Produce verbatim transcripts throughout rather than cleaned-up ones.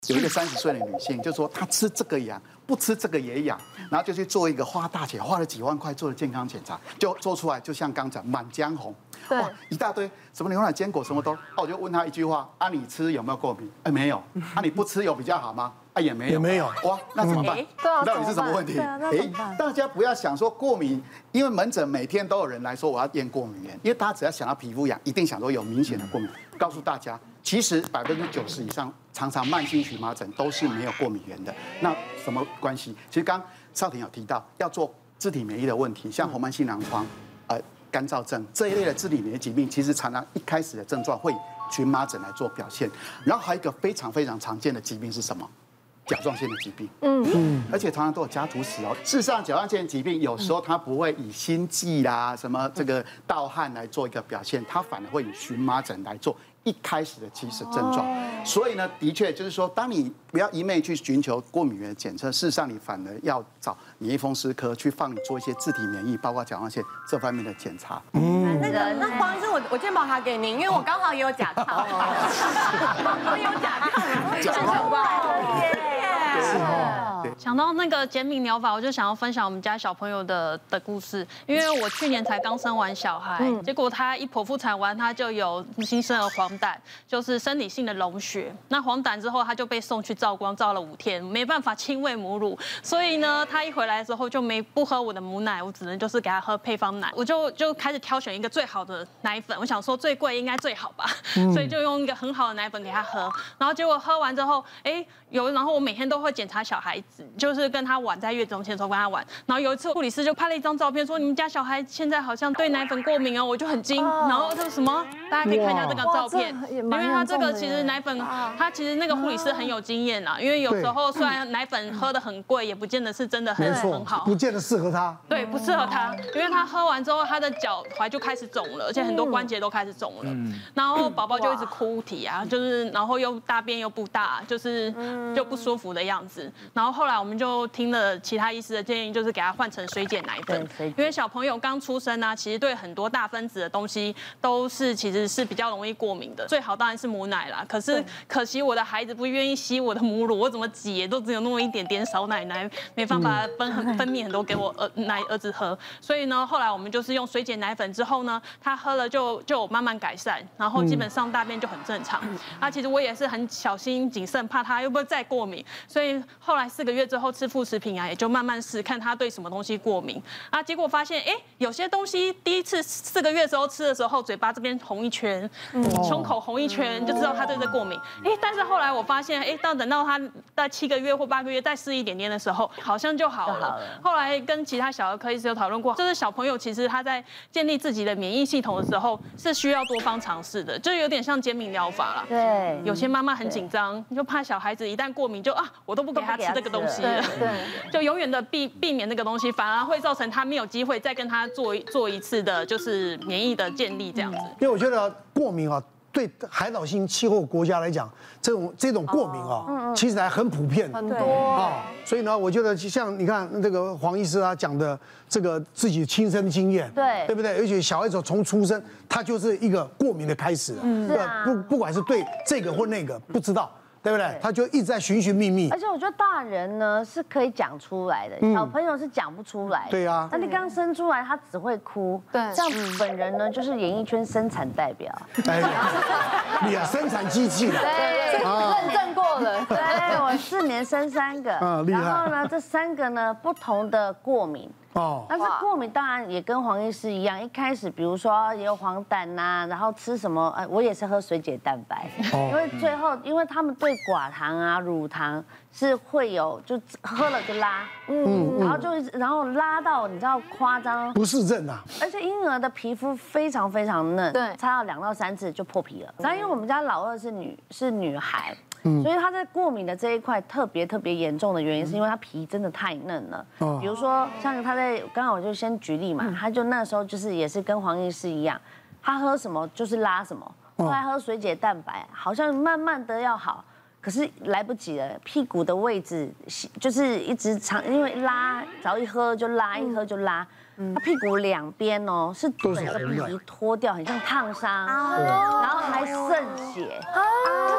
有一个三十岁的女性，就说她吃这个痒，不吃这个也痒，然后就去做一个花大钱，花了几万块做了健康检查，就做出来就像刚讲满江红，哇，一大堆什么牛奶、坚果什么都，啊，我就问她一句话：啊，你吃有没有过敏？哎，没有。啊，你不吃有比较好吗？啊，也没有， 也没有。 哇，那怎么办？到底是什么问题？哎，大家不要想说过敏，因为门诊每天都有人来说我要验过敏原，因为大家只要想到皮肤痒，一定想说有明显的过敏。告诉大家，其实百分之九十以上常常慢性荨麻疹都是没有过敏原的。那什么关系？其实刚少廷有提到要做自体免疫的问题，像红斑性狼疮、呃干燥症这一类的自体免疫疾病，其实常常一开始的症状会以荨麻疹来做表现。然后还有一个非常非常常见的疾病是什么？甲状腺的疾病，嗯嗯，而且常常都有家族史哦。事实上，甲状腺疾病有时候它不会以心悸啦、什么这个盗汗来做一个表现，它反而会以荨麻疹来做一开始的起始症状。所以呢，的确就是说，当你不要一昧去寻求过敏原检测，事实上你反而要找免疫风湿科去帮你做一些自体免疫，包括甲状腺这方面的检查。 嗯，那个那黄医生，我我健保卡给您，因为我刚好也有甲亢，我有甲亢，甲亢。 想到那个减敏疗法，我就想要分享我们家小朋友的的故事。因为我去年才刚生完小孩，结果他一剖腹产完，他就有新生儿黄疸，就是生理性的溶血。那黄疸之后，他就被送去照光，照了五天，没办法亲喂母乳，所以呢，他一回来之后就没不喝我的母奶，我只能就是给他喝配方奶。我就就开始挑选一个最好的奶粉，我想说最贵应该最好吧，所以就用一个很好的奶粉给他喝。然后结果喝完之后，哎，有，然后我每天都会检查小孩子。就是跟他玩，在月子中心的时候跟他玩，然后有一次护理师就拍了一张照片，说你们家小孩现在好像对奶粉过敏哦，我就很惊，然后这是什么？大家可以看一下这个照片，因为他这个其实奶粉，他其实那个护理师很有经验啦，因为有时候虽然奶粉喝的很贵，也不见得是真的很很好， 不见得适合他。 对，不适合他，因为他喝完之后，他的脚踝就开始肿了，而且很多关节都开始肿了，然后宝宝就一直哭啼啊，就是然后又大便又不大，就是就不舒服的样子，然后后来我们就听了其他医师的建议，就是给他换成水解奶粉，因为小朋友刚出生啊，其实对很多大分子的东西都是其实是比较容易过敏的。最好当然是母奶啦，可是可惜我的孩子不愿意吸我的母乳，我怎么挤也都只有那么一点点少奶奶，没办法分分泌很多给我儿奶儿子喝。所以呢，后来我们就是用水解奶粉之后呢，他喝了就就慢慢改善，然后基本上大便就很正常。啊，其实我也是很小心谨慎，怕他又不会再过敏，所以后来四个月之后吃副食品啊，也就慢慢试看他对什么东西过敏啊。结果发现，哎，有些东西第一次四个月之后吃的时候，嘴巴这边红一圈，胸口红一圈，就知道他对这过敏。哎，但是后来我发现，哎，到等到他在七个月或八个月再试一点点的时候，好像就好了。后来跟其他小儿科医师有讨论过，就是小朋友其实他在建立自己的免疫系统的时候，是需要多方尝试的，就有点像减敏疗法啦。 对， 有些妈妈很紧张，就怕小孩子一旦过敏就啊，我都不给他吃这个东西了。对，就永远的避避免那个东西，反而会造成他没有机会再跟他做做一次的，就是免疫的建立这样子。 因为我觉得过敏啊，对海岛型气候国家来讲，这种这种过敏啊，其实还很普遍， 很多啊。所以呢，我觉得像你看这个黄医师啊讲的这个自己亲身经验， 对对不对？而且小孩子从出生，他就是一个过敏的开始啊， 是啊， 不不管是对这个或那个，不知道。对不对？他就一直在寻寻觅觅。 而且我觉得大人呢是可以讲出来的，小朋友是讲不出来。 对啊。 那你刚生出来，他只会哭。 对。 像本人呢，就是演艺圈生产代表。 哎呀，你啊，生产机器了。 对， 认证过了。 对，我四年生三个。 啊，厉害。 然后呢，这三个呢不同的过敏。哦，但是过敏当然也跟黄医师一样，一开始比如说也有黄疸呐，然后吃什么，呃，我也是喝水解蛋白，因为最后因为他们对寡糖啊、乳糖是会有，就喝了就拉，嗯，然后就一直然后拉到你知道夸张， 不适症啊， 而且婴儿的皮肤非常非常嫩， 对， 擦到两到三次就破皮了。然后因为我们家老二是女是女孩。所以她在过敏的这一块特别特别严重的原因，是因为她皮真的太嫩了。比如说像她在刚好我就先举例嘛，她就那时候就是也是跟黄医师一样，她喝什么就是拉什么，后来喝水解蛋白，好像慢慢的要好，可是来不及了，屁股的位置就是一直长，因为拉，只要一喝就拉，一喝就拉。他屁股两边哦是整个皮脱掉，很像烫伤，然后还渗血。啊，你知道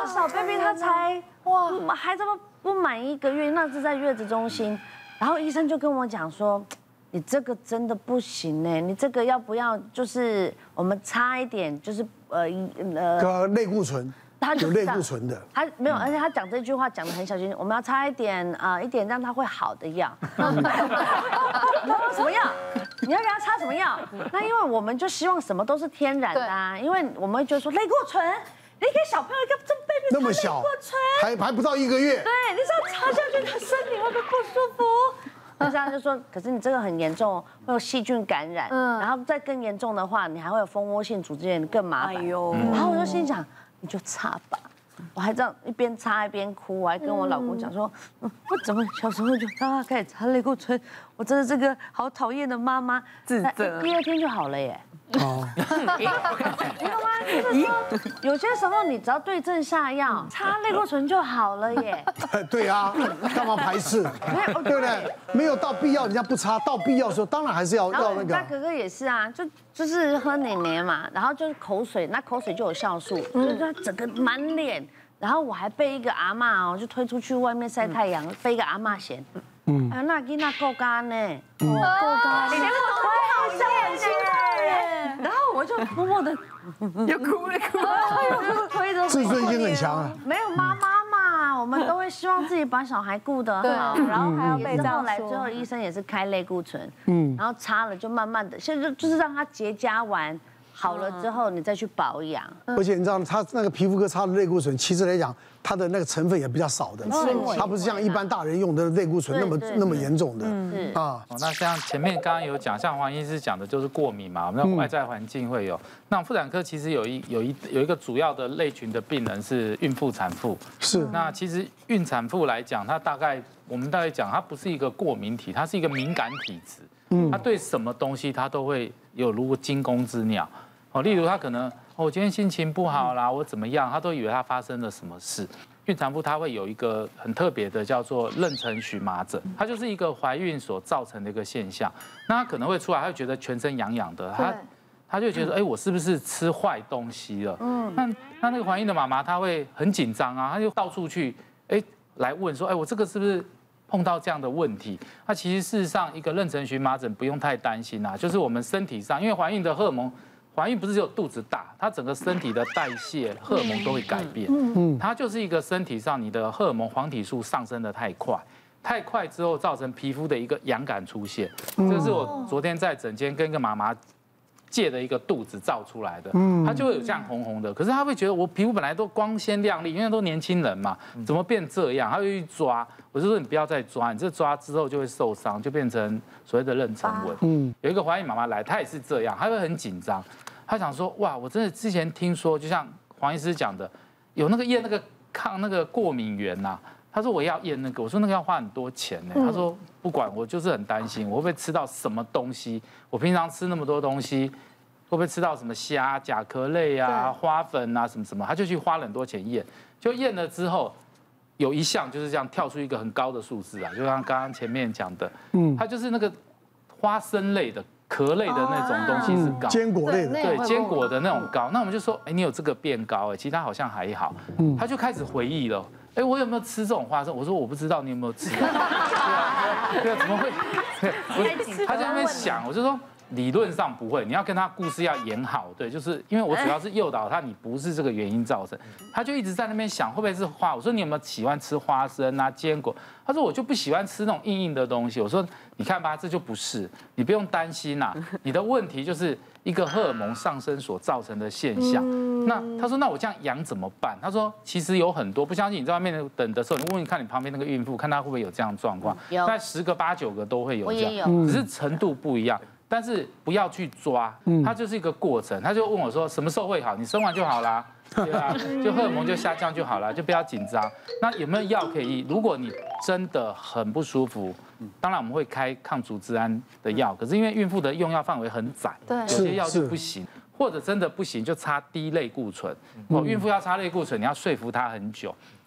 么小 baby 他才哇还这么不满一个月，那是在月子中心，然后医生就跟我讲说，你这个真的不行呢，你这个要不要就是我们擦一点，就是呃呃类固醇。 他有类固醇的， 他没有，而且他讲这句话讲得很小心，我们要擦一点啊、呃，一点让他会好的药。他说什么药？你要给他擦什么药？那因为我们就希望什么都是天然的啊，因为我们会觉得说类固醇，你给小朋友一个这 baby 那么小，还还不到一个月， 对，你只要擦下去，他身体会不会不舒服？那这样就说，可是你这个很严重，会有细菌感染，嗯，然后再更严重的话，你还会有蜂窝性组织炎，更麻烦。哎呦，然后我就心想。 你就擦吧，我还这样一边擦一边哭，我还跟我老公讲说，嗯，我怎么小时候就让他开始擦类固醇，我真的这个好讨厌的妈妈，自责，第二天就好了耶。哦，你懂吗？就是说，有些时候你只要对症下药，擦类固醇就好了耶。 对啊，干嘛排斥？对不对？没有到必要，人家不擦；到必要的时候，当然还是要要那个。 那哥哥也是啊，就就是喝奶奶嘛，然后就是口水，那口水就有酵素，就是他整个满脸。然后我还被一个阿嬷哦，就推出去外面晒太阳，被一个阿嬷嫌。嗯，哎，那囡仔够干呢，够干，你连我都好像心耶。然后我就默默的，又哭了哭了，推着自尊心很强啊。 没有妈妈嘛，我们都会希望自己把小孩顾得好，然后还要被这样说。后来最后医生也是开类固醇，嗯，然后擦了就慢慢的，现在就就是让他结痂完。 好了之后，你再去保养。 而且你知道，他那个皮肤科擦的类固醇，其实来讲，它的那个成分也比较少的，它不是像一般大人用的类固醇那么那么严重的。啊， 那像前面刚刚有讲，像黄医师讲的，就是过敏嘛，我们的外在环境会有。那妇产科其实有一有一有一个主要的类群的病人是孕妇、产妇。 是。 那其实孕产妇来讲，它大概我们大概讲，它不是一个过敏体，它是一个敏感体质。嗯。它对什么东西它都会有如惊弓之鸟。 哦，例如他可能，我今天心情不好啦，我怎么样，他都以为他发生了什么事。孕产妇她会有一个很特别的叫做妊娠荨麻疹，它就是一个怀孕所造成的一个现象。那他可能会出来，他会觉得全身痒痒的，他他就觉得，哎，我是不是吃坏东西了？嗯，那那那个怀孕的妈妈她会很紧张啊，她就到处去，哎，来问说，哎，我这个是不是？ 碰到这样的问题，那其实事实上一个妊娠荨麻疹不用太担心啊，就是我们身体上，因为怀孕的荷尔蒙，怀孕不是只有肚子大，它整个身体的代谢荷尔蒙都会改变，嗯，它就是一个身体上你的荷尔蒙黄体素上升的太快，太快之后造成皮肤的一个痒感出现，这是我昨天在诊间跟一个妈妈。 借的一个肚子照出来的，它就会有这样红红的。可是他会觉得我皮肤本来都光鲜亮丽，因为都年轻人嘛，怎么变这样？他就去抓，我就说你不要再抓，你这抓之后就会受伤，就变成所谓的妊娠纹。嗯，有一个怀孕妈妈来，她也是这样，她会很紧张，她想说哇，我真的之前听说，就像黄医师讲的，有那个验那个抗那个过敏源呐。 他说我要验那个，我说那个要花很多钱呢。他说不管，我就是很担心，我会不会吃到什么东西？我平常吃那么多东西，会不会吃到什么虾、甲壳类啊、花粉啊什么什么？他就去花了很多钱验，就验了之后，有一项就是这样跳出一个很高的数字啊，就像刚刚前面讲的，嗯，它就是那个花生类的。 壳类的那种东西是高， 坚果类的， 对坚果的那种高。那我们就说，哎，你有这个变高，哎，其他好像还好。嗯，他就开始回忆了，哎，我有没有吃这种花生？我说我不知道你有没有吃。对啊，对啊，怎么会？我他在那边想，我就说理论上不会，你要跟他故事要演好，对，就是因为我主要是诱导他，你不是这个原因造成，他就一直在那边想会不会是花。我说你有没有喜欢吃花生啊、坚果？他说我就不喜欢吃那种硬硬的东西。我说你看吧，这就不是，你不用担心呐，你的问题就是一个荷尔蒙上升所造成的现象。那他说那我这样养怎么办？他说其实有很多，不相信你在外面等的时候，你问问看你旁边那个孕妇，看她会不会有这样的状况，大概十个八九个都会有这样，只是程度不一样。 但是不要去抓，它就是一个过程。他就问我说，什么时候会好？你生完就好啦，对啊，就荷尔蒙就下降就好了，就不要紧张。那有没有药可以医？如果你真的很不舒服，当然我们会开抗组织胺的药，可是因为孕妇的用药范围很窄，对，有些药就不行，或者真的不行就擦低类固醇。哦，孕妇要擦类固醇，你要说服她很久。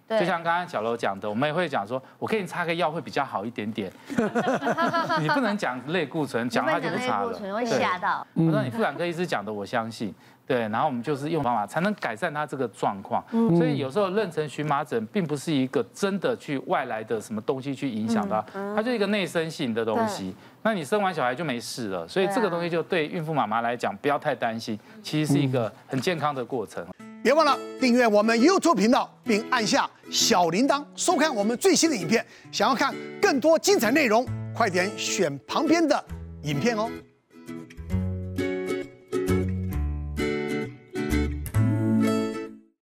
就像刚刚小楼讲的，我们也会讲说，我给你擦个药会比较好一点点。你不能讲类固醇，讲它就不擦了。 类固醇会吓到。 我说你妇产科医师讲的，我相信。对，然后我们就是用方法才能改善他这个状况。所以有时候妊娠荨麻疹并不是一个真的去外来的什么东西去影响它，它就是一个内生性的东西。那你生完小孩就没事了，所以这个东西就对孕妇妈妈来讲不要太担心，其实是一个很健康的过程。 别忘了订阅我们 YouTube 频道，并按下小铃铛，收看我们最新的影片。想要看更多精彩内容，快点选旁边的影片哦。